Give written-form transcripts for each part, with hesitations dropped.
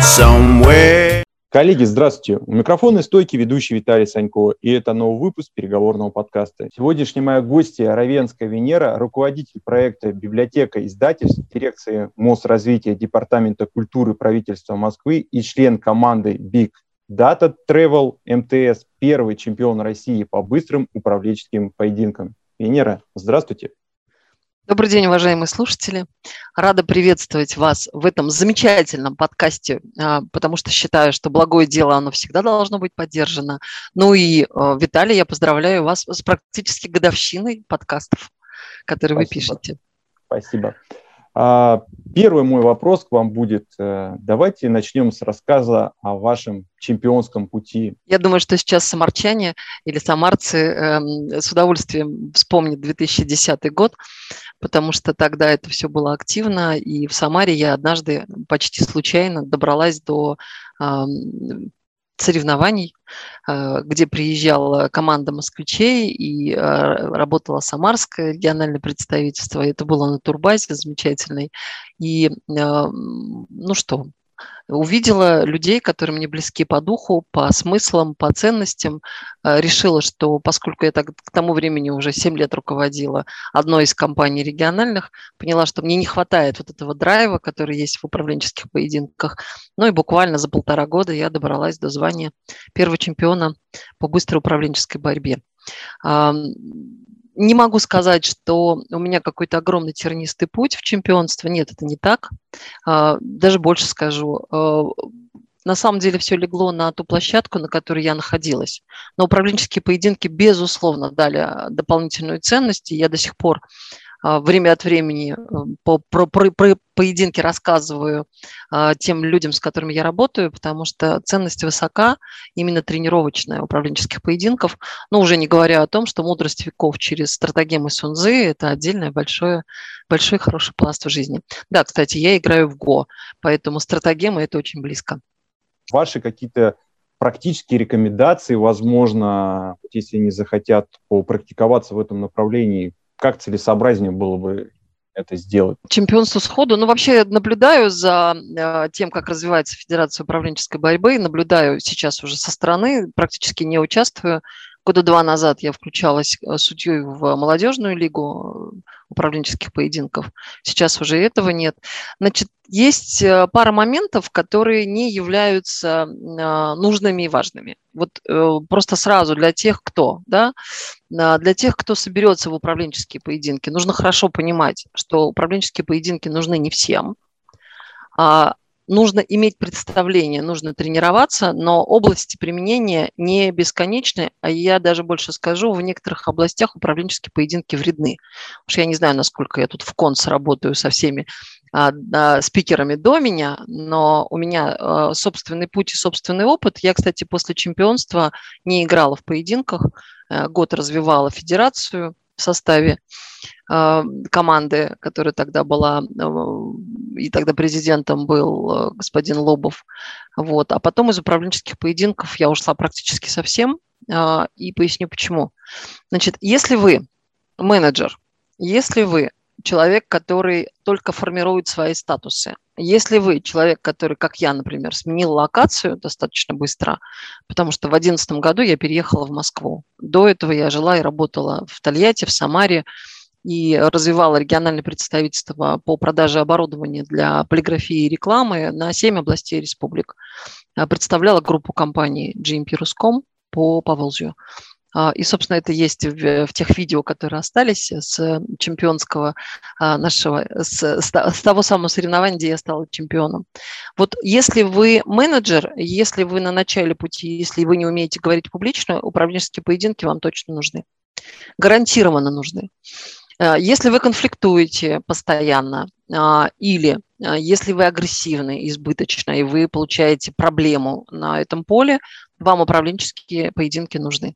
somewhere. Коллеги, здравствуйте. У микрофона стойкий ведущий Виталий Санько, и это новый выпуск переговорного подкаста. Сегодняшняя моя гостья Равенская Венера, руководитель проекта «Библиотека издательств» дирекции Мосразвития Департамента культуры правительства Москвы и член команды Big Data Travel МТС, первый чемпион России по быстрым управленческим поединкам. Венера, здравствуйте. Добрый день, уважаемые слушатели. Рада приветствовать вас в этом замечательном подкасте, потому что считаю, что благое дело, оно всегда должно быть поддержано. Ну и, Виталий, я поздравляю вас с практически годовщиной подкастов, которые вы пишете. Спасибо. Первый мой вопрос к вам будет. Давайте начнем с рассказа о вашем чемпионском пути. Я думаю, что сейчас самарчане или самарцы с удовольствием вспомнят 2010 год, потому что тогда это все было активно, и в Самаре я однажды почти случайно добралась до соревнований, где приезжала команда москвичей и работало самарское региональное представительство. Это было на турбазе замечательной. И, увидела людей, которые мне близки по духу, по смыслам, по ценностям. Решила, что поскольку я к тому времени уже 7 лет руководила одной из компаний региональных, поняла, что мне не хватает вот этого драйва, который есть в управленческих поединках. Ну и буквально за 1,5 года я добралась до звания первого чемпиона по быстрой управленческой борьбе. Не могу сказать, что у меня какой-то огромный тернистый путь в чемпионство. Нет, это не так. Даже больше скажу. На самом деле все легло на ту площадку, на которой я находилась. Но управленческие поединки, безусловно, дали дополнительную ценность. И я до сих пор время от времени про поединки рассказываю тем людям, с которыми я работаю, потому что ценность высока, именно тренировочная управленческих поединков. Но уже не говоря о том, что мудрость веков через стратагемы Сунцзы – это отдельный большой хороший пласт в жизни. Да, кстати, я играю в ГО, поэтому стратагемы – это очень близко. Ваши какие-то практические рекомендации, возможно, если они захотят попрактиковаться в этом направлении, как целесообразнее было бы это сделать? Чемпионство сходу. Вообще я наблюдаю за тем, как развивается Федерация управленческой борьбы. Наблюдаю сейчас уже со стороны, практически не участвую. 2 года назад я включалась судьей в молодежную лигу управленческих поединков. Сейчас уже этого нет. Значит, есть пара моментов, которые не являются нужными и важными. Вот просто сразу для тех, кто соберется в управленческие поединки, нужно хорошо понимать, что управленческие поединки нужны не всем. Нужно иметь представление, нужно тренироваться, но области применения не бесконечны, а я даже больше скажу, в некоторых областях управленческие поединки вредны. Потому что я не знаю, насколько я тут в конс работаю со всеми спикерами до меня, но у меня собственный путь и собственный опыт. Я, кстати, после чемпионства не играла в поединках, год развивала федерацию в составе команды, которая тогда была, и тогда президентом был господин Лобов. Вот. А потом из управленческих поединков я ушла практически совсем, и поясню почему. Значит, если вы менеджер, если вы человек, который только формирует свои статусы, если вы человек, который, как я, например, сменил локацию достаточно быстро, потому что в 2011 году я переехала в Москву. До этого я жила и работала в Тольятти, в Самаре, и развивала региональное представительство по продаже оборудования для полиграфии и рекламы на 7 областей республик. Представляла группу компаний GMP Ruscom по Поволжью. И, собственно, это есть в тех видео, которые остались с чемпионского нашего, с того самого соревнования, где я стала чемпионом. Вот если вы менеджер, если вы на начале пути, если вы не умеете говорить публично, управленческие поединки вам точно нужны. Гарантированно нужны. Если вы конфликтуете постоянно или если вы агрессивны избыточно и вы получаете проблему на этом поле, вам управленческие поединки нужны.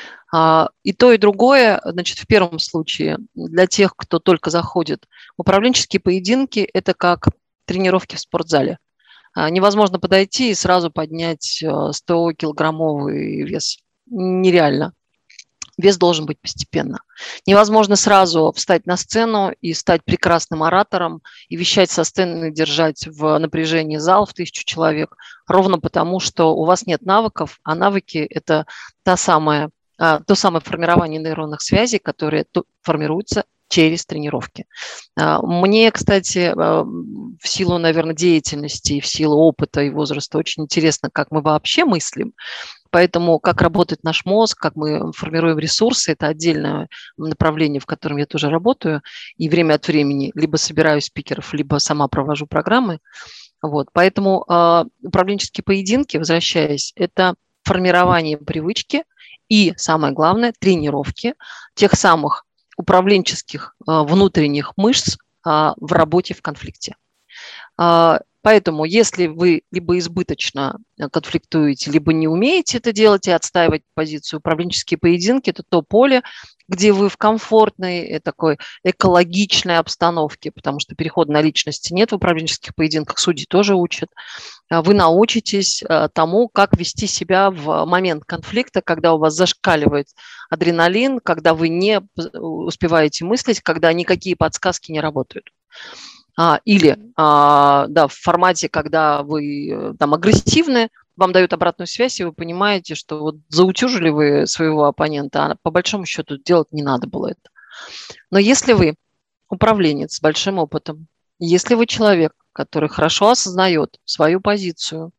И то, и другое, значит, в первом случае для тех, кто только заходит, управленческие поединки – это как тренировки в спортзале. Невозможно подойти и сразу поднять 100-килограммовый вес. Нереально. Вес должен быть постепенно. Невозможно сразу встать на сцену и стать прекрасным оратором и вещать со сцены, держать в напряжении зал в 1000 человек, ровно потому, что у вас нет навыков, а навыки – это то самое формирование нейронных связей, которые формируются через тренировки. Мне, кстати, в силу, наверное, деятельности, в силу опыта и возраста очень интересно, как мы вообще мыслим. Поэтому как работает наш мозг, как мы формируем ресурсы, это отдельное направление, в котором я тоже работаю. И время от времени либо собираю спикеров, либо сама провожу программы. Вот. Поэтому управленческие поединки, возвращаясь, это формирование привычки и, самое главное, тренировки тех самых управленческих внутренних мышц в работе в конфликте. Поэтому, если вы либо избыточно конфликтуете, либо не умеете это делать и отстаивать позицию, управленческие поединки – это то поле, где вы в комфортной, такой экологичной обстановке, потому что перехода на личности нет в управленческих поединках, судьи тоже учат. Вы научитесь тому, как вести себя в момент конфликта, когда у вас зашкаливает адреналин, когда вы не успеваете мыслить, когда никакие подсказки не работают. Или в формате, когда вы там агрессивны, вам дают обратную связь, и вы понимаете, что вот заутюжили вы своего оппонента, а по большому счету делать не надо было это. Но если вы управленец с большим опытом, если вы человек, который хорошо осознает свою позицию,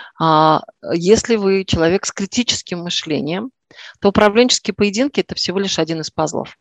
если вы человек с критическим мышлением, то управленческие поединки – это всего лишь один из пазлов.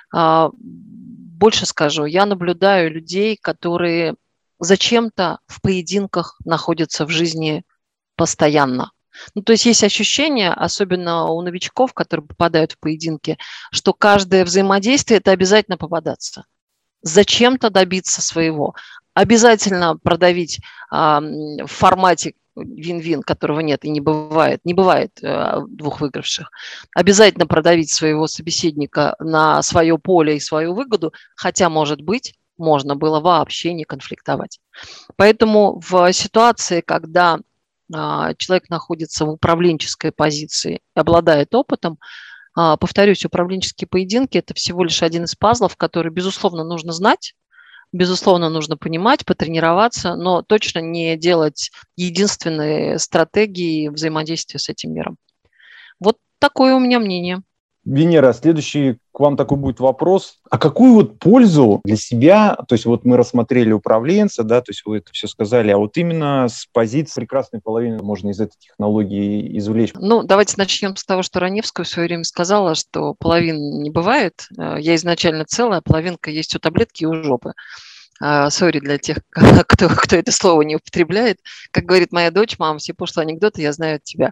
Больше скажу, я наблюдаю людей, которые зачем-то в поединках находятся в жизни постоянно. То есть есть ощущение, особенно у новичков, которые попадают в поединки, что каждое взаимодействие – это обязательно попадаться. Зачем-то добиться своего. Обязательно продавить в формате вин-вин, которого нет и не бывает двух выигравших. Обязательно продавить своего собеседника на свое поле и свою выгоду, хотя, может быть, можно было вообще не конфликтовать. Поэтому в ситуации, когда человек находится в управленческой позиции, обладает опытом, повторюсь, управленческие поединки – это всего лишь один из пазлов, который, безусловно, нужно знать, безусловно, нужно понимать, потренироваться, но точно не делать единственные стратегии взаимодействия с этим миром. Вот такое у меня мнение. Венера, следующий к вам такой будет вопрос. А какую вот пользу для себя, то есть вот мы рассмотрели управленца, да, то есть вы это все сказали, а вот именно с позиции прекрасной половины можно из этой технологии извлечь? Давайте начнем с того, что Раневская в свое время сказала, что половин не бывает. Я изначально целая, половинка есть у таблетки и у жопы. Сори для тех, кто это слово не употребляет. Как говорит моя дочь: мама, все пошлые анекдоты я знаю от тебя.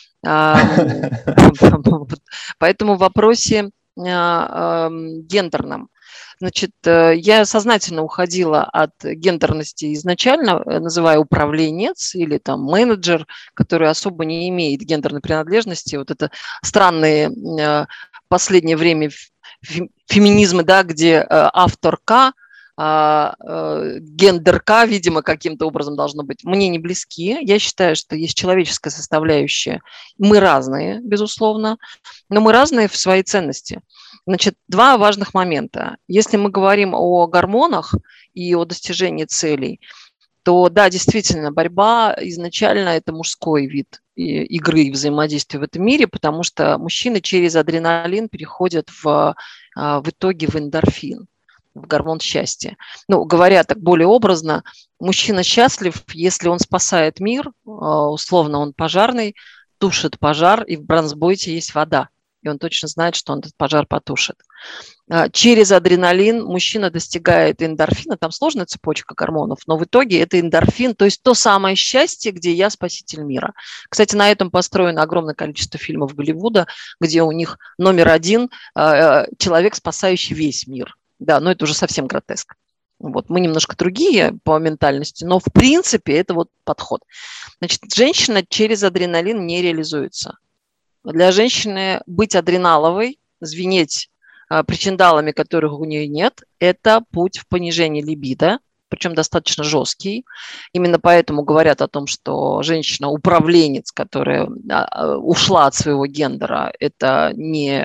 Поэтому в вопросе гендерном, значит, я сознательно уходила от гендерности изначально, называя управленец или там менеджер, который особо не имеет гендерной принадлежности. Вот это странные в последнее время феминизмы, да, где авторка, гендерка, видимо, каким-то образом должно быть, мне не близки. Я считаю, что есть человеческая составляющая. Мы разные, безусловно, но мы разные в своей ценности. Значит, два важных момента. Если мы говорим о гормонах и о достижении целей, то да, действительно, борьба изначально это мужской вид игры и взаимодействия в этом мире, потому что мужчины через адреналин переходят в итоге в эндорфин, в гормон счастья. Говоря так более образно, мужчина счастлив, если он спасает мир, условно он пожарный, тушит пожар, и в бронзбойте есть вода, и он точно знает, что он этот пожар потушит. Через адреналин мужчина достигает эндорфина, там сложная цепочка гормонов, но в итоге это эндорфин, то есть то самое счастье, где я спаситель мира. Кстати, на этом построено огромное количество фильмов Голливуда, где у них номер один человек, спасающий весь мир. Да, но это уже совсем гротеск. Вот, мы немножко другие по ментальности, но в принципе это вот подход. Значит, женщина через адреналин не реализуется. Для женщины быть адреналовой, звенеть причиндалами, которых у нее нет, это путь в понижение либидо, причем достаточно жесткий. Именно поэтому говорят о том, что женщина-управленец, которая ушла от своего гендера, это не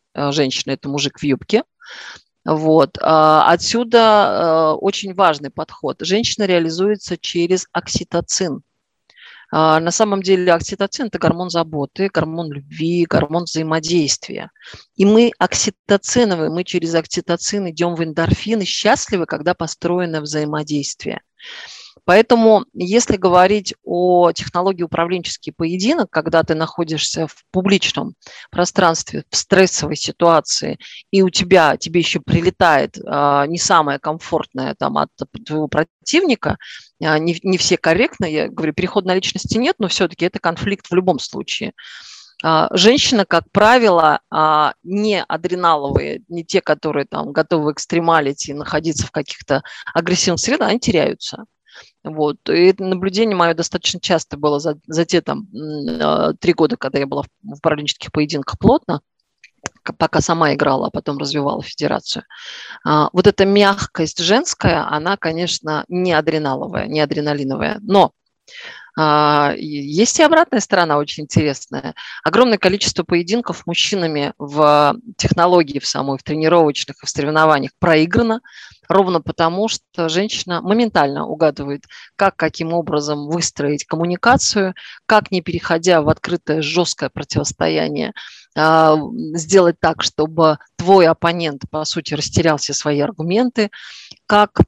женщина – это мужик в юбке. Вот. Отсюда очень важный подход. Женщина реализуется через окситоцин. На самом деле окситоцин – это гормон заботы, гормон любви, гормон взаимодействия. И мы окситоциновые, мы через окситоцин идем в эндорфины, счастливы, когда построено взаимодействие. Поэтому, если говорить о технологии управленческий поединок, когда ты находишься в публичном пространстве, в стрессовой ситуации, и тебе еще прилетает не самое комфортное там, от твоего противника, не все корректно, я говорю, переход на личности нет, но все-таки это конфликт в любом случае. Женщины, как правило, не адреналовые, не те, которые там готовы экстремалить и находиться в каких-то агрессивных средах, они теряются. Вот. И это наблюдение мое достаточно часто было за те там 3 года, когда я была в управленческих поединках плотно, пока сама играла, а потом развивала федерацию. Вот эта мягкость женская, она, конечно, не адреналовая, не адреналиновая, но есть и обратная сторона очень интересная. Огромное количество поединков мужчинами в технологии в самой, в тренировочных и в соревнованиях проиграно, ровно потому, что женщина моментально угадывает, каким образом выстроить коммуникацию, как, не переходя в открытое жесткое противостояние, сделать так, чтобы твой оппонент, по сути, растерял все свои аргументы, как...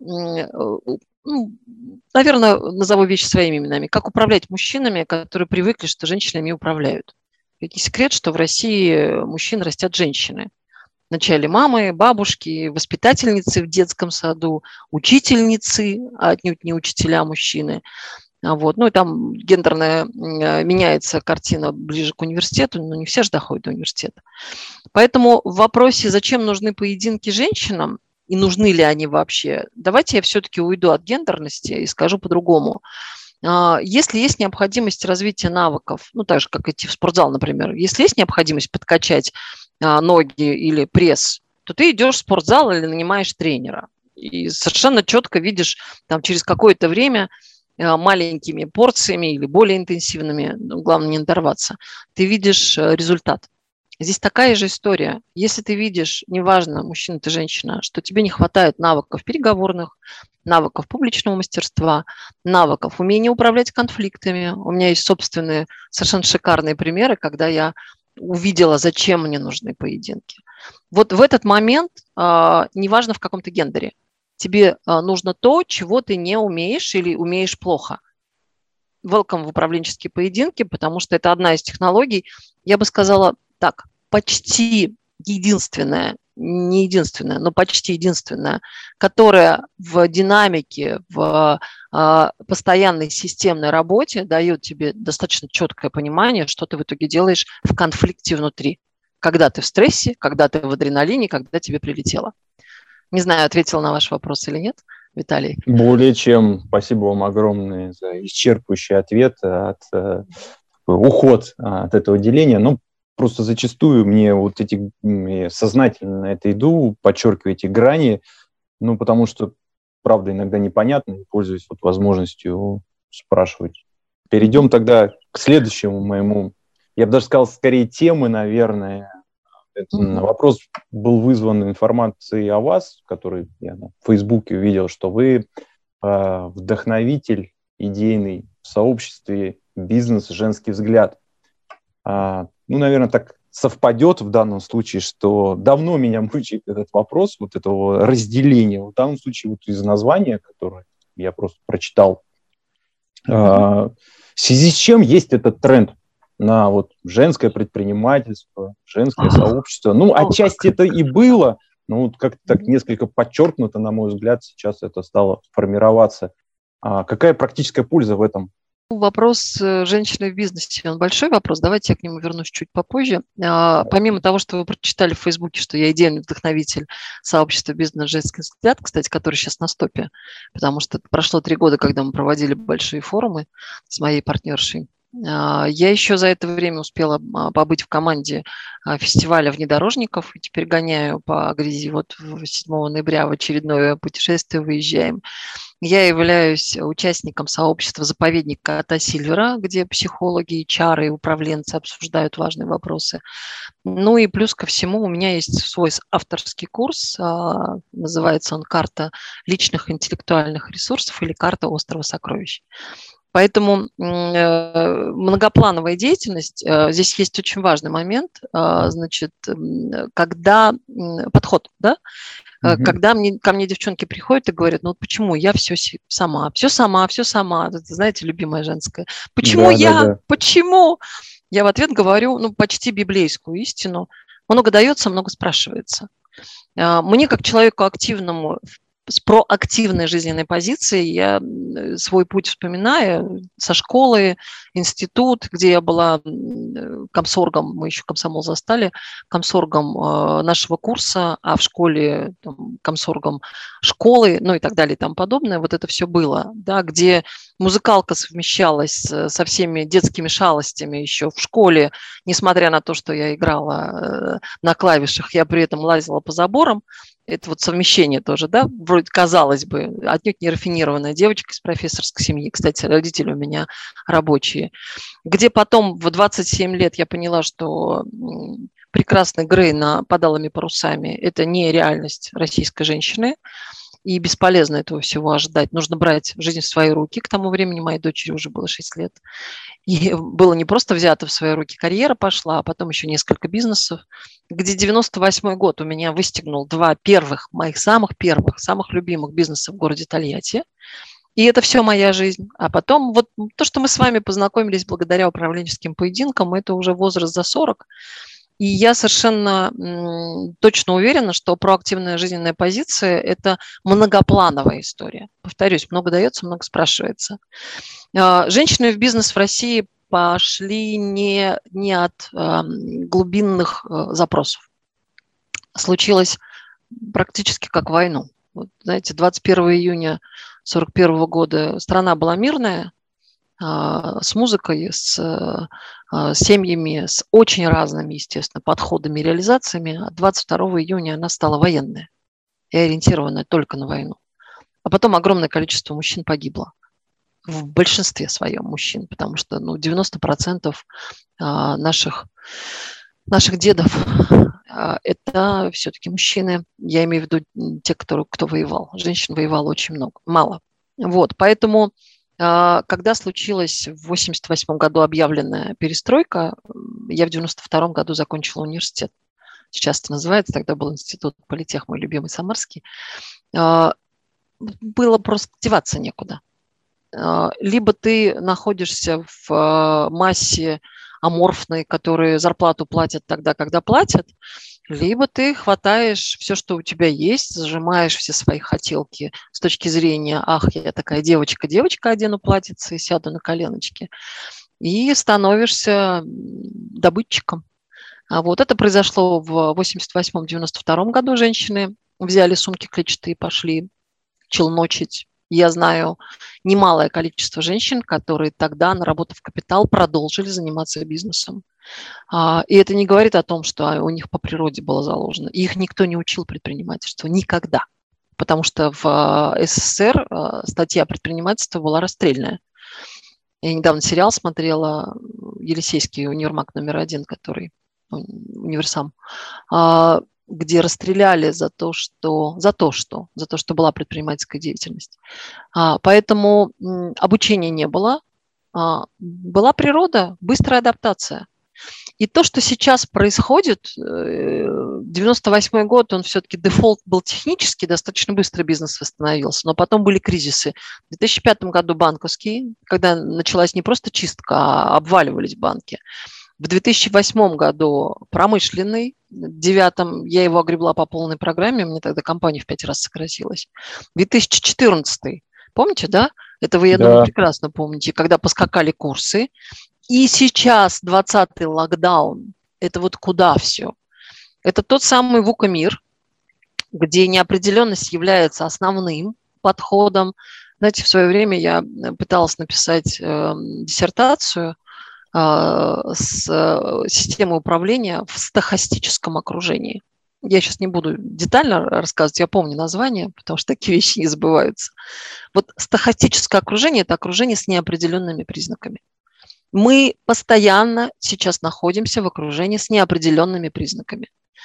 наверное, назову вещи своими именами. Как управлять мужчинами, которые привыкли, что женщины ими управляют. Ведь не секрет, что в России мужчин растят женщины. Вначале мамы, бабушки, воспитательницы в детском саду, учительницы, а отнюдь не учителя мужчины. Вот. Ну и там гендерная меняется картина ближе к университету, но не все же доходят до университета. Поэтому в вопросе, зачем нужны поединки женщинам, и нужны ли они вообще, давайте я все-таки уйду от гендерности и скажу по-другому. Если есть необходимость развития навыков, ну так же, как идти в спортзал, например, если есть необходимость подкачать ноги или пресс, то ты идешь в спортзал или нанимаешь тренера. И совершенно четко видишь там, через какое-то время маленькими порциями или более интенсивными, главное не надорваться, ты видишь результат. Здесь такая же история. Если ты видишь, неважно, мужчина ты, женщина, что тебе не хватает навыков переговорных, навыков публичного мастерства, навыков умения управлять конфликтами. У меня есть собственные совершенно шикарные примеры, когда я увидела, зачем мне нужны поединки. Вот в этот момент, неважно в каком-то гендере, тебе нужно то, чего ты не умеешь или умеешь плохо. Welcome в управленческие поединки, потому что это одна из технологий, я бы сказала так, почти единственная, не единственная, но почти единственная, которая в динамике, в постоянной системной работе дает тебе достаточно четкое понимание, что ты в итоге делаешь в конфликте внутри. Когда ты в стрессе, когда ты в адреналине, когда тебе прилетело. Не знаю, ответила на ваш вопрос или нет, Виталий. Более чем. Спасибо вам огромное за исчерпывающий ответ, уход от этого деления. Ну, просто зачастую мне вот сознательно на это иду, подчеркиваю эти грани, ну, потому что, правда, иногда непонятно, и пользуюсь вот возможностью спрашивать. Перейдем тогда к следующему моему, я бы даже сказал, скорее темы, наверное. Вопрос был вызван информацией о вас, которую я на Фейсбуке увидел, что вы вдохновитель идейный в сообществе «Бизнес. Женский взгляд». Ну, наверное, так совпадет в данном случае, что давно меня мучает этот вопрос, вот этого разделения. В данном случае вот из названия, которое я просто прочитал, в связи с чем есть этот тренд на вот женское предпринимательство, женское сообщество. Ну, отчасти это и было, но вот как-то так несколько подчеркнуто, на мой взгляд, сейчас это стало формироваться. Какая практическая польза в этом? Вопрос женщины в бизнесе, он большой вопрос, давайте я к нему вернусь чуть попозже. Помимо того, что вы прочитали в Фейсбуке, что я идейный вдохновитель сообщества «Бизнес. Женский взгляд», кстати, который сейчас на стопе, потому что прошло 3 года, когда мы проводили большие форумы с моей партнершей, Я еще за это время успела побыть в команде фестиваля внедорожников, и теперь гоняю по грязи. Вот 7 ноября в очередное путешествие выезжаем. Я являюсь участником сообщества «Заповедник кота Сильвера», где психологи, HR и управленцы обсуждают важные вопросы. Ну и плюс ко всему у меня есть свой авторский курс, называется он «Карта личных интеллектуальных ресурсов» или «Карта острова сокровищ». Поэтому многоплановая деятельность, здесь есть очень важный момент, значит, когда подход, да, когда ко мне девчонки приходят и говорят, ну вот почему я все сама, это, знаете, любимая женская. Почему Да. Почему? Я в ответ говорю, ну, почти библейскую истину. Много дается, много спрашивается. Мне, как человеку активному, с проактивной жизненной позиции, я свой путь вспоминаю со школы, институт, где я была комсоргом, мы еще комсомол застали, комсоргом нашего курса, а в школе там, комсоргом школы, ну и так далее и тому подобное. Вот это все было, да, где музыкалка совмещалась со всеми детскими шалостями еще в школе, несмотря на то, что я играла на клавишах, я при этом лазила по заборам. Это вот совмещение тоже, да, вроде, казалось бы, отнюдь не рафинированная девочка из профессорской семьи. Кстати, родители у меня рабочие. Где потом в 27 лет я поняла, что прекрасный Грей под алыми парусами – это не реальность российской женщины. И бесполезно этого всего ожидать. Нужно брать жизнь в свои руки. К тому времени моей дочери уже было 6 лет. И было не просто взято в свои руки, карьера пошла, а потом еще несколько бизнесов, где 98-й год у меня выстегнул 2 первых, моих самых первых, самых любимых бизнеса в городе Тольятти. И это все моя жизнь. А потом вот то, что мы с вами познакомились благодаря управленческим поединкам, это уже возраст за 40. И я совершенно точно уверена, что проактивная жизненная позиция – это многоплановая история. Повторюсь, много дается, много спрашивается. Женщины в бизнес в России пошли не от глубинных запросов. Случилось практически как войну. Вот, знаете, 21 июня 1941 года страна была мирная, с музыкой, с семьями, с очень разными, естественно, подходами и реализациями. А 22 июня она стала военная и ориентированная только на войну. А потом огромное количество мужчин погибло. В большинстве своем мужчин, потому что 90% наших дедов это все-таки мужчины. Я имею в виду те, кто воевал. Женщин воевало очень мало. Вот, поэтому когда случилась в 1988 году объявленная перестройка, я в 1992 году закончила университет. Сейчас это называется, тогда был институт политех, мой любимый самарский. Было просто деваться некуда. Либо ты находишься в массе аморфной, которые зарплату платят тогда, когда платят, либо ты хватаешь все, что у тебя есть, зажимаешь все свои хотелки с точки зрения, ах, я такая девочка, одену платьице и сяду на коленочки, и становишься добытчиком. А вот это произошло в 1988-1992 году. Женщины взяли сумки клетчатые и пошли челночить. Я знаю немалое количество женщин, которые тогда, наработав капитал, продолжили заниматься бизнесом. И это не говорит о том, что у них по природе было заложено. Их никто не учил предпринимательству никогда. Потому что в СССР статья предпринимательства была расстрельная. Я недавно сериал смотрела «Елисейский универмаг №1», который универсам, где расстреляли за то, что была предпринимательская деятельность. Поэтому обучения не было. Была природа, быстрая адаптация. И то, что сейчас происходит, 98 год, он все-таки дефолт был технический, достаточно быстро бизнес восстановился, но потом были кризисы. В 2005 году банковский, когда началась не просто чистка, а обваливались банки. В 2008 году промышленный, в 2009 я его огребла по полной программе, мне тогда компания в 5 раз сократилась. 2014, помните, да? Это вы, я думаю, прекрасно помните, когда поскакали курсы. И сейчас 20-й локдаун. Это вот куда все? Это тот самый VUCA мир, где неопределенность является основным подходом. Знаете, в свое время я пыталась написать диссертацию с системой управления в стохастическом окружении. Я сейчас не буду детально рассказывать, я помню название, потому что такие вещи не забываются. Вот стохастическое окружение – это окружение с неопределенными признаками. Мы постоянно сейчас находимся в окружении с неопределенными признаками.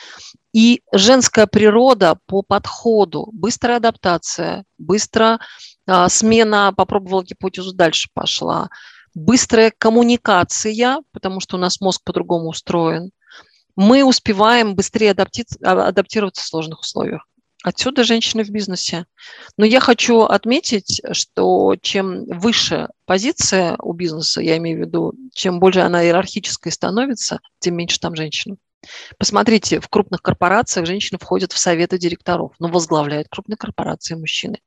И женская природа по подходу, быстрая адаптация, быстрая смена, попробовала гипотезу, дальше пошла, быстрая коммуникация, потому что у нас мозг по-другому устроен, мы успеваем быстрее адаптироваться в сложных условиях. Отсюда женщины в бизнесе. Но я хочу отметить, что чем выше позиция у бизнеса, я имею в виду, чем больше она иерархической становится, тем меньше там женщин. Посмотрите, в крупных корпорациях женщины входят в советы директоров, но возглавляют крупные корпорации мужчины.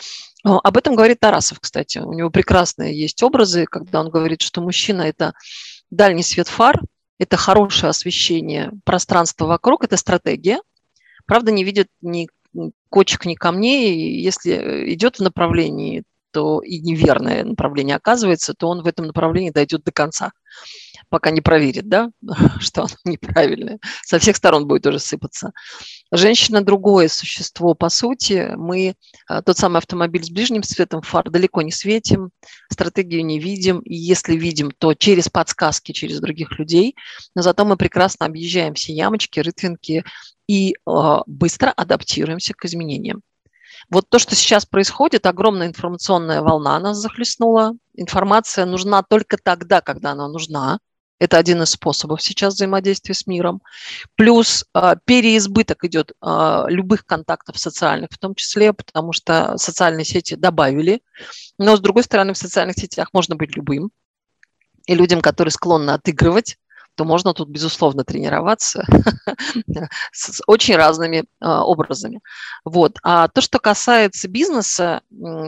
Об этом говорит Тарасов, кстати. У него прекрасные есть образы, когда он говорит, что мужчина – это дальний свет фар, это хорошее освещение пространства вокруг, это стратегия. Правда, не видит ни кочек, ни камней. Если идет в направлении, то и неверное направление оказывается, то он в этом направлении дойдет до конца, пока не проверит, да, что оно неправильное. Со всех сторон будет уже сыпаться. Женщина – другое существо, по сути. Мы тот самый автомобиль с ближним светом фар далеко не светим, стратегию не видим. И если видим, то через подсказки, через других людей. Но зато мы прекрасно объезжаем все ямочки, рытвинки и быстро адаптируемся к изменениям. Вот то, что сейчас происходит, огромная информационная волна нас захлестнула. Информация нужна только тогда, когда она нужна. Это один из способов сейчас взаимодействия с миром. Плюс переизбыток идет любых контактов социальных, в том числе, потому что социальные сети добавили. Но, с другой стороны, в социальных сетях можно быть любым. И людям, которые склонны отыгрывать, то можно тут, безусловно, тренироваться с очень разными образами. Вот. А то, что касается бизнеса,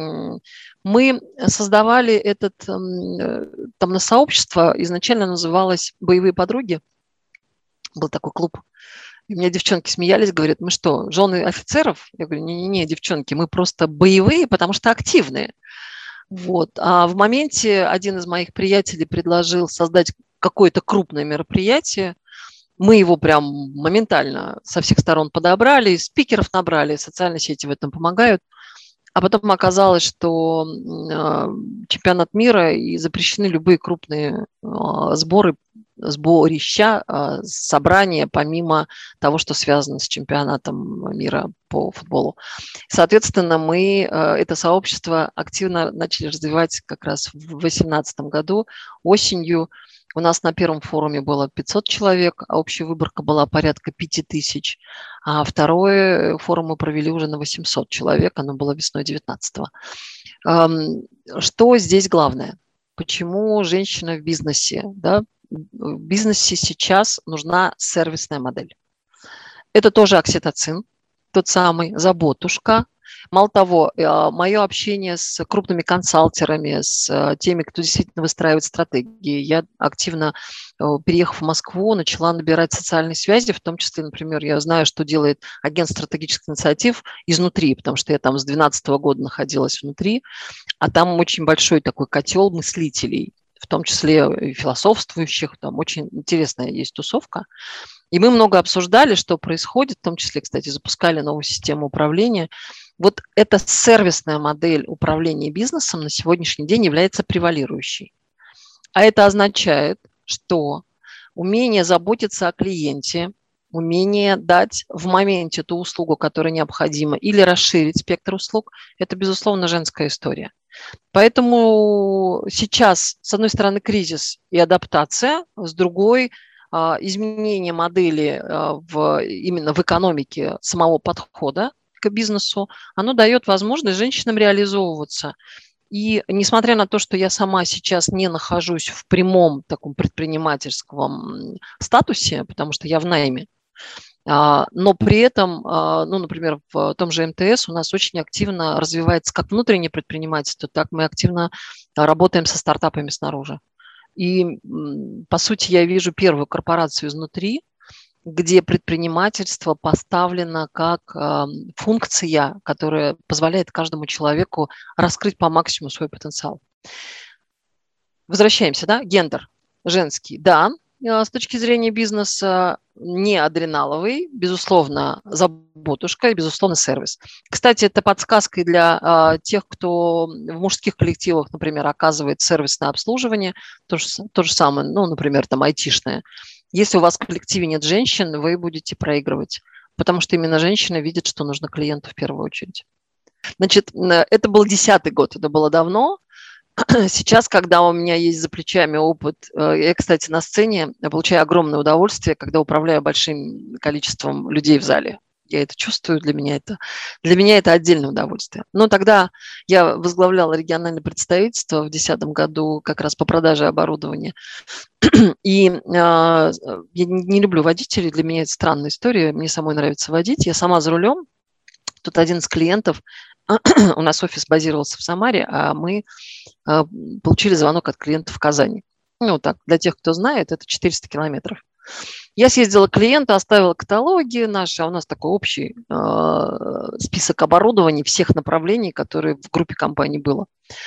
мы создавали этот, там на сообщество, изначально называлось «Боевые подруги». Был такой клуб. И у меня девчонки смеялись, говорят, мы что, жены офицеров? Я говорю, не-не-не, девчонки, мы просто боевые, потому что активные. Вот. А в моменте один из моих приятелей предложил создать какое-то крупное мероприятие. Мы его прям моментально со всех сторон подобрали, спикеров набрали, социальные сети в этом помогают. А потом оказалось, что чемпионат мира и запрещены любые крупные сборища, собрания, помимо того, что связано с чемпионатом мира по футболу. Соответственно, мы это сообщество активно начали развивать как раз в 2018 году, осенью. У нас на первом форуме было 500 человек, а общая выборка была порядка 5000. А второй форум мы провели уже на 800 человек, оно было весной 2019. Что здесь главное? Почему женщина в бизнесе? Да? В бизнесе сейчас нужна сервисная модель. Это тоже окситоцин, тот самый, заботушка. Мало того, мое общение с крупными консалтерами, с теми, кто действительно выстраивает стратегии, я активно, переехав в Москву, начала набирать социальные связи, в том числе, например, я знаю, что делает агент стратегических инициатив изнутри, потому что я там с 2012 года находилась внутри, а там очень большой такой котел мыслителей, в том числе и философствующих, там очень интересная есть тусовка. И мы много обсуждали, что происходит, в том числе, кстати, запускали новую систему управления. Вот эта сервисная модель управления бизнесом на сегодняшний день является превалирующей. А это означает, что умение заботиться о клиенте, умение дать в моменте ту услугу, которая необходима, или расширить спектр услуг, это, безусловно, женская история. Поэтому сейчас, с одной стороны, кризис и адаптация, с другой – изменение модели именно в экономике самого подхода к бизнесу, оно дает возможность женщинам реализовываться. И несмотря на то, что я сама сейчас не нахожусь в прямом таком предпринимательском статусе, потому что я в найме, но при этом, ну, например, в том же МТС у нас очень активно развивается как внутреннее предпринимательство, так мы активно работаем со стартапами снаружи. И, по сути, я вижу первую корпорацию изнутри, где предпринимательство поставлено как функция, которая позволяет каждому человеку раскрыть по максимуму свой потенциал. Возвращаемся, да? Гендер. женский, да, с точки зрения бизнеса, не адреналовый, безусловно, заботушка и, безусловно, сервис. Кстати, это подсказка и для тех, кто в мужских коллективах, например, оказывает сервисное обслуживание, то же самое, ну, например, там айтишное. Если у вас в коллективе нет женщин, вы будете проигрывать, потому что именно женщина видит, что нужно клиенту в первую очередь. Значит, это был 10-й год, это было давно. Сейчас, когда у меня есть за плечами опыт, я, кстати, на сцене получаю огромное удовольствие, когда управляю большим количеством людей в зале. Я это чувствую, для меня это отдельное удовольствие. Но тогда я возглавляла региональное представительство в 2010 году как раз по продаже оборудования. И я не люблю водителей, для меня это странная история, мне самой нравится водить. Я сама за рулем. Тут один из клиентов, у нас офис базировался в Самаре, а мы получили звонок от клиента в Казани. Ну, так, для тех, кто знает, это 400 километров. Я съездила к клиенту, оставила каталоги наши, а у нас такой общий список оборудования всех направлений, которые в группе компаний было.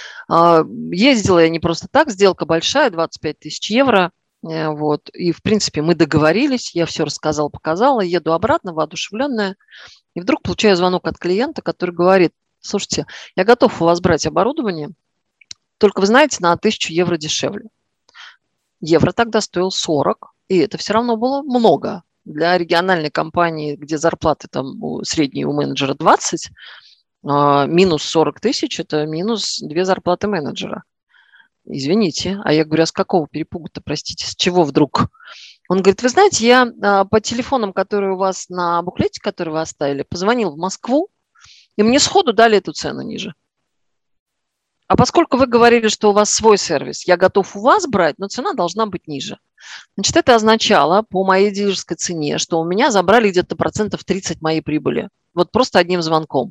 Ездила я не просто так, сделка большая, 25 тысяч евро. Вот. И, в принципе, мы договорились, я все рассказала, показала, еду обратно, воодушевленная. И вдруг получаю звонок от клиента, который говорит: слушайте, я готов у вас брать оборудование, только вы знаете, на 1000 евро дешевле. Евро тогда стоил 40, и это все равно было много. Для региональной компании, где зарплаты там средние у менеджера 20, минус 40 тысяч – это минус 2 зарплаты менеджера. Извините. А я говорю, а с какого перепугу-то, простите, с чего вдруг? Он говорит, вы знаете, я по телефонам, которые у вас на буклете, который вы оставили, позвонил в Москву, и мне сходу дали эту цену ниже. А поскольку вы говорили, что у вас свой сервис, я готов у вас брать, но цена должна быть ниже. Значит, это означало по моей дилерской цене, что у меня забрали где-то 30% моей прибыли. Вот просто одним звонком.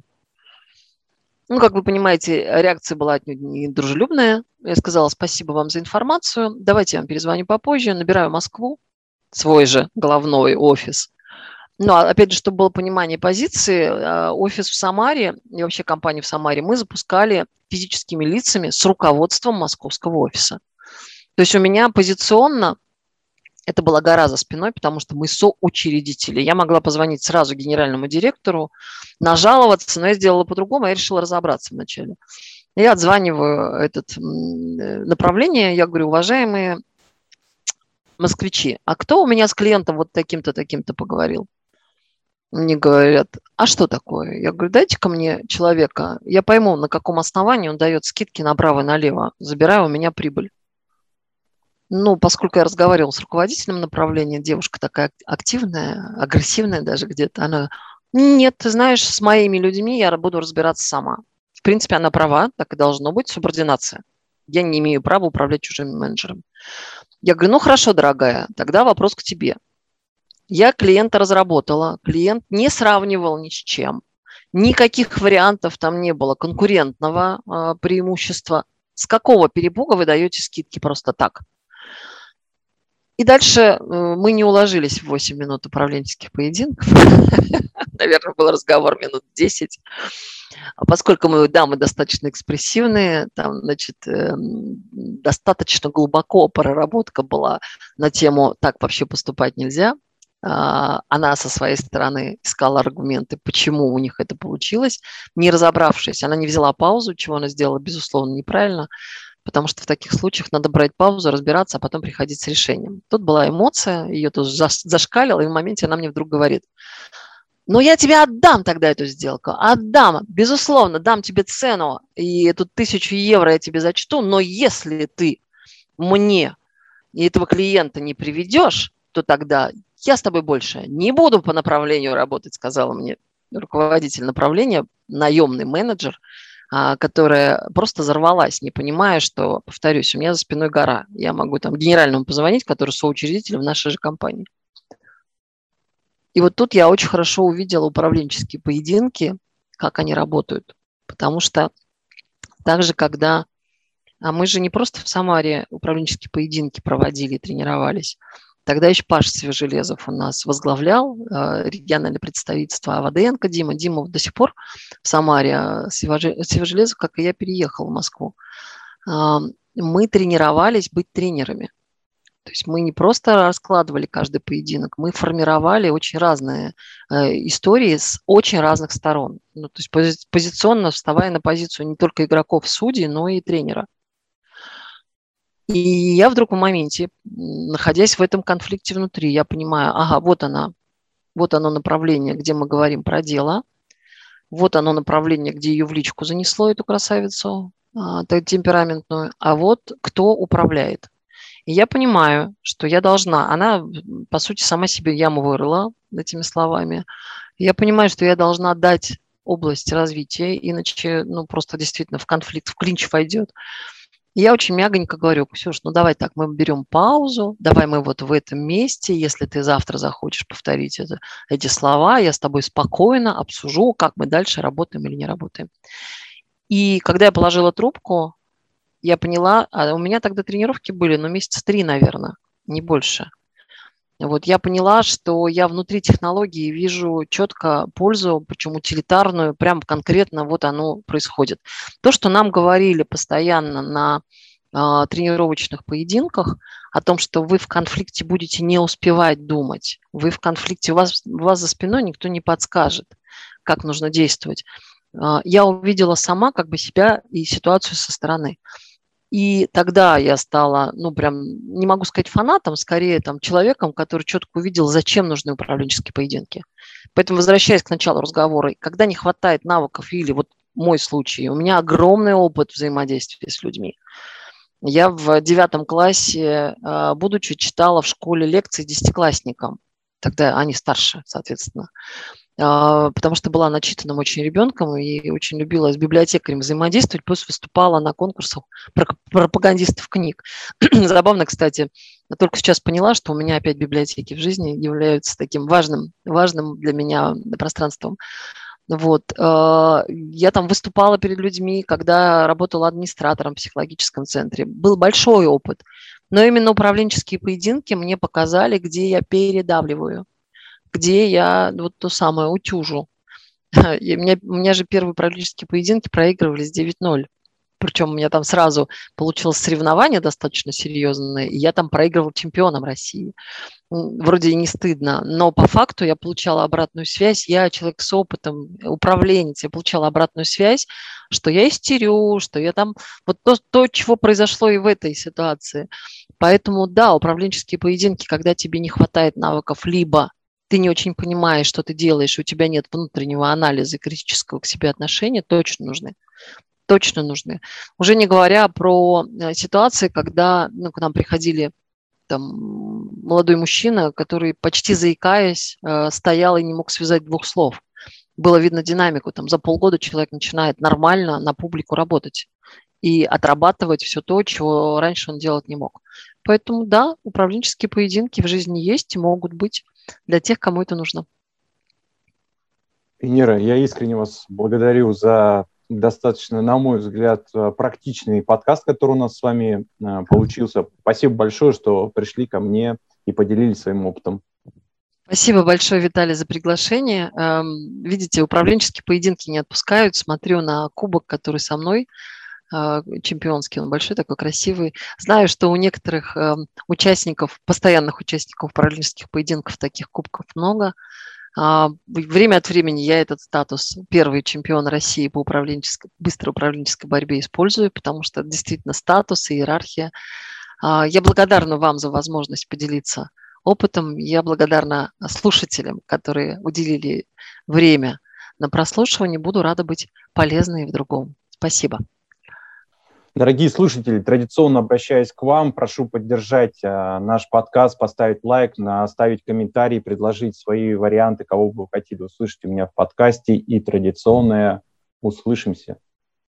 Ну, как вы понимаете, реакция была отнюдь не дружелюбная. Я сказала, спасибо вам за информацию, давайте я вам перезвоню попозже, набираю Москву, свой же головной офис. Но, опять же, чтобы было понимание позиции, офис в Самаре и вообще компанию в Самаре мы запускали физическими лицами с руководством московского офиса. То есть у меня позиционно это была гора за спиной, потому что мы соучредители. Я могла позвонить сразу генеральному директору, нажаловаться, но я сделала по-другому, я решила разобраться вначале. Я отзваниваю это направление, я говорю, уважаемые москвичи, а кто у меня с клиентом вот таким-то, таким-то поговорил? Мне говорят, а что такое? Я говорю, дайте-ка мне человека, я пойму, на каком основании он дает скидки направо и налево, забирая у меня прибыль. Ну, поскольку я разговаривала с руководителем направления, девушка такая активная, агрессивная даже где-то, она, нет, ты знаешь, с моими людьми я буду разбираться сама. В принципе, она права, так и должно быть, субординация. Я не имею права управлять чужими менеджерами. Я говорю, ну хорошо, дорогая, тогда вопрос к тебе. Я клиента разработала, клиент не сравнивал ни с чем, никаких вариантов там не было конкурентного преимущества. С какого перепуга вы даете скидки просто так? И дальше мы не уложились в 8 минут управленческих поединков. Наверное, был разговор минут 10. Поскольку мы дамы достаточно экспрессивные, там, значит, достаточно глубоко проработка была на тему «так вообще поступать нельзя». Она со своей стороны искала аргументы, почему у них это получилось, не разобравшись. Она не взяла паузу, чего она сделала, безусловно, неправильно, потому что в таких случаях надо брать паузу, разбираться, а потом приходить с решением. Тут была эмоция, ее тоже зашкалила, и в моменте она мне вдруг говорит, ну я тебе отдам тогда эту сделку, отдам, безусловно, дам тебе цену, и эту 1000 евро я тебе зачту, но если ты мне и этого клиента не приведешь, то тогда я с тобой больше не буду по направлению работать, сказала мне руководитель направления, наемный менеджер, которая просто взорвалась, не понимая, что, повторюсь, у меня за спиной гора. Я могу там генеральному позвонить, который соучредитель в нашей же компании. И вот тут я очень хорошо увидела управленческие поединки, как они работают. Потому что также, когда... А мы же не просто в Самаре управленческие поединки проводили и тренировались. Тогда еще Паша Свежелезов у нас возглавлял региональное представительство АВДНК Дима. Дима вот до сих пор в Самаре. Свежелезов, как и я, переехал в Москву. Мы тренировались быть тренерами. То есть мы не просто раскладывали каждый поединок, мы формировали очень разные истории с очень разных сторон. Ну, то есть позиционно вставая на позицию не только игроков, судей, но и тренера. И я вдруг в моменте, находясь в этом конфликте внутри, я понимаю, ага, вот оно направление, где мы говорим про дело, вот оно направление, где ее в личку занесло, эту красавицу темпераментную, а вот кто управляет. И я понимаю, что я должна, она, по сути, сама себе яму вырыла этими словами. Я понимаю, что я должна дать область развития, иначе, ну, просто действительно в конфликт, в клинч войдет. И я очень мягонько говорю: Ксюш, ну давай так, мы берем паузу, давай мы вот в этом месте, если ты завтра захочешь повторить эти слова, я с тобой спокойно обсужу, как мы дальше работаем или не работаем. И когда я положила трубку, я поняла, у меня тогда тренировки были, месяца 3, наверное, не больше. Вот я поняла, что я внутри технологии вижу четко пользу, причем утилитарную, прям конкретно вот оно происходит. То, что нам говорили постоянно на тренировочных поединках, о том, что вы в конфликте будете не успевать думать, вы в конфликте, у вас за спиной никто не подскажет, как нужно действовать. Я увидела сама как бы себя и ситуацию со стороны. И тогда я стала, прям, не могу сказать фанатом, скорее там человеком, который четко увидел, зачем нужны управленческие поединки. Поэтому, возвращаясь к началу разговора, когда не хватает навыков, или вот мой случай, у меня огромный опыт взаимодействия с людьми. Я в 9 классе, будучи, читала в школе лекции 10-классникам. Тогда они старше, соответственно. Потому что была начитанным очень ребенком и очень любила с библиотекарем взаимодействовать, плюс выступала на конкурсах пропагандистов книг. Забавно, кстати, я только сейчас поняла, что у меня опять библиотеки в жизни являются таким важным для меня пространством. Вот. Я там выступала перед людьми, когда работала администратором в психологическом центре. Был большой опыт. Но именно управленческие поединки мне показали, где я передавливаю, где я вот то самое утюжу. И у меня же первые управленческие поединки проигрывались 9-0. Причем у меня там сразу получилось соревнование достаточно серьезное, и я там проигрывал чемпионом России. Вроде и не стыдно, но по факту я получала обратную связь. Я человек с опытом, управленец, я получала обратную связь, что я истерю, что я там... Вот то, чего произошло и в этой ситуации. Поэтому, да, управленческие поединки, когда тебе не хватает навыков, либо ты не очень понимаешь, что ты делаешь, у тебя нет внутреннего анализа и критического к себе отношения, точно нужны. Точно нужны. Уже не говоря про ситуации, когда к нам приходили там молодой мужчина, который, почти заикаясь, стоял и не мог связать 2 слов. Было видно динамику. Там за полгода человек начинает нормально на публику работать и отрабатывать все то, чего раньше он делать не мог. Поэтому, да, управленческие поединки в жизни есть и могут быть для тех, кому это нужно. Венера, я искренне вас благодарю за достаточно, на мой взгляд, практичный подкаст, который у нас с вами получился. Спасибо большое, что пришли ко мне и поделились своим опытом. Спасибо большое, Виталий, за приглашение. Видите, управленческие поединки не отпускают. Смотрю на кубок, который со мной, чемпионский, он большой, такой красивый. Знаю, что у некоторых участников, постоянных участников управленческих поединков таких кубков много. Время от времени я этот статус первый чемпион России по быстрой управленческой борьбе использую, потому что это действительно статус и иерархия. Я благодарна вам за возможность поделиться опытом. Я благодарна слушателям, которые уделили время на прослушивание. Буду рада быть полезной в другом. Спасибо. Дорогие слушатели, традиционно обращаюсь к вам, прошу поддержать наш подкаст, поставить лайк, оставить комментарий, предложить свои варианты, кого бы вы хотели услышать у меня в подкасте. И традиционное услышимся.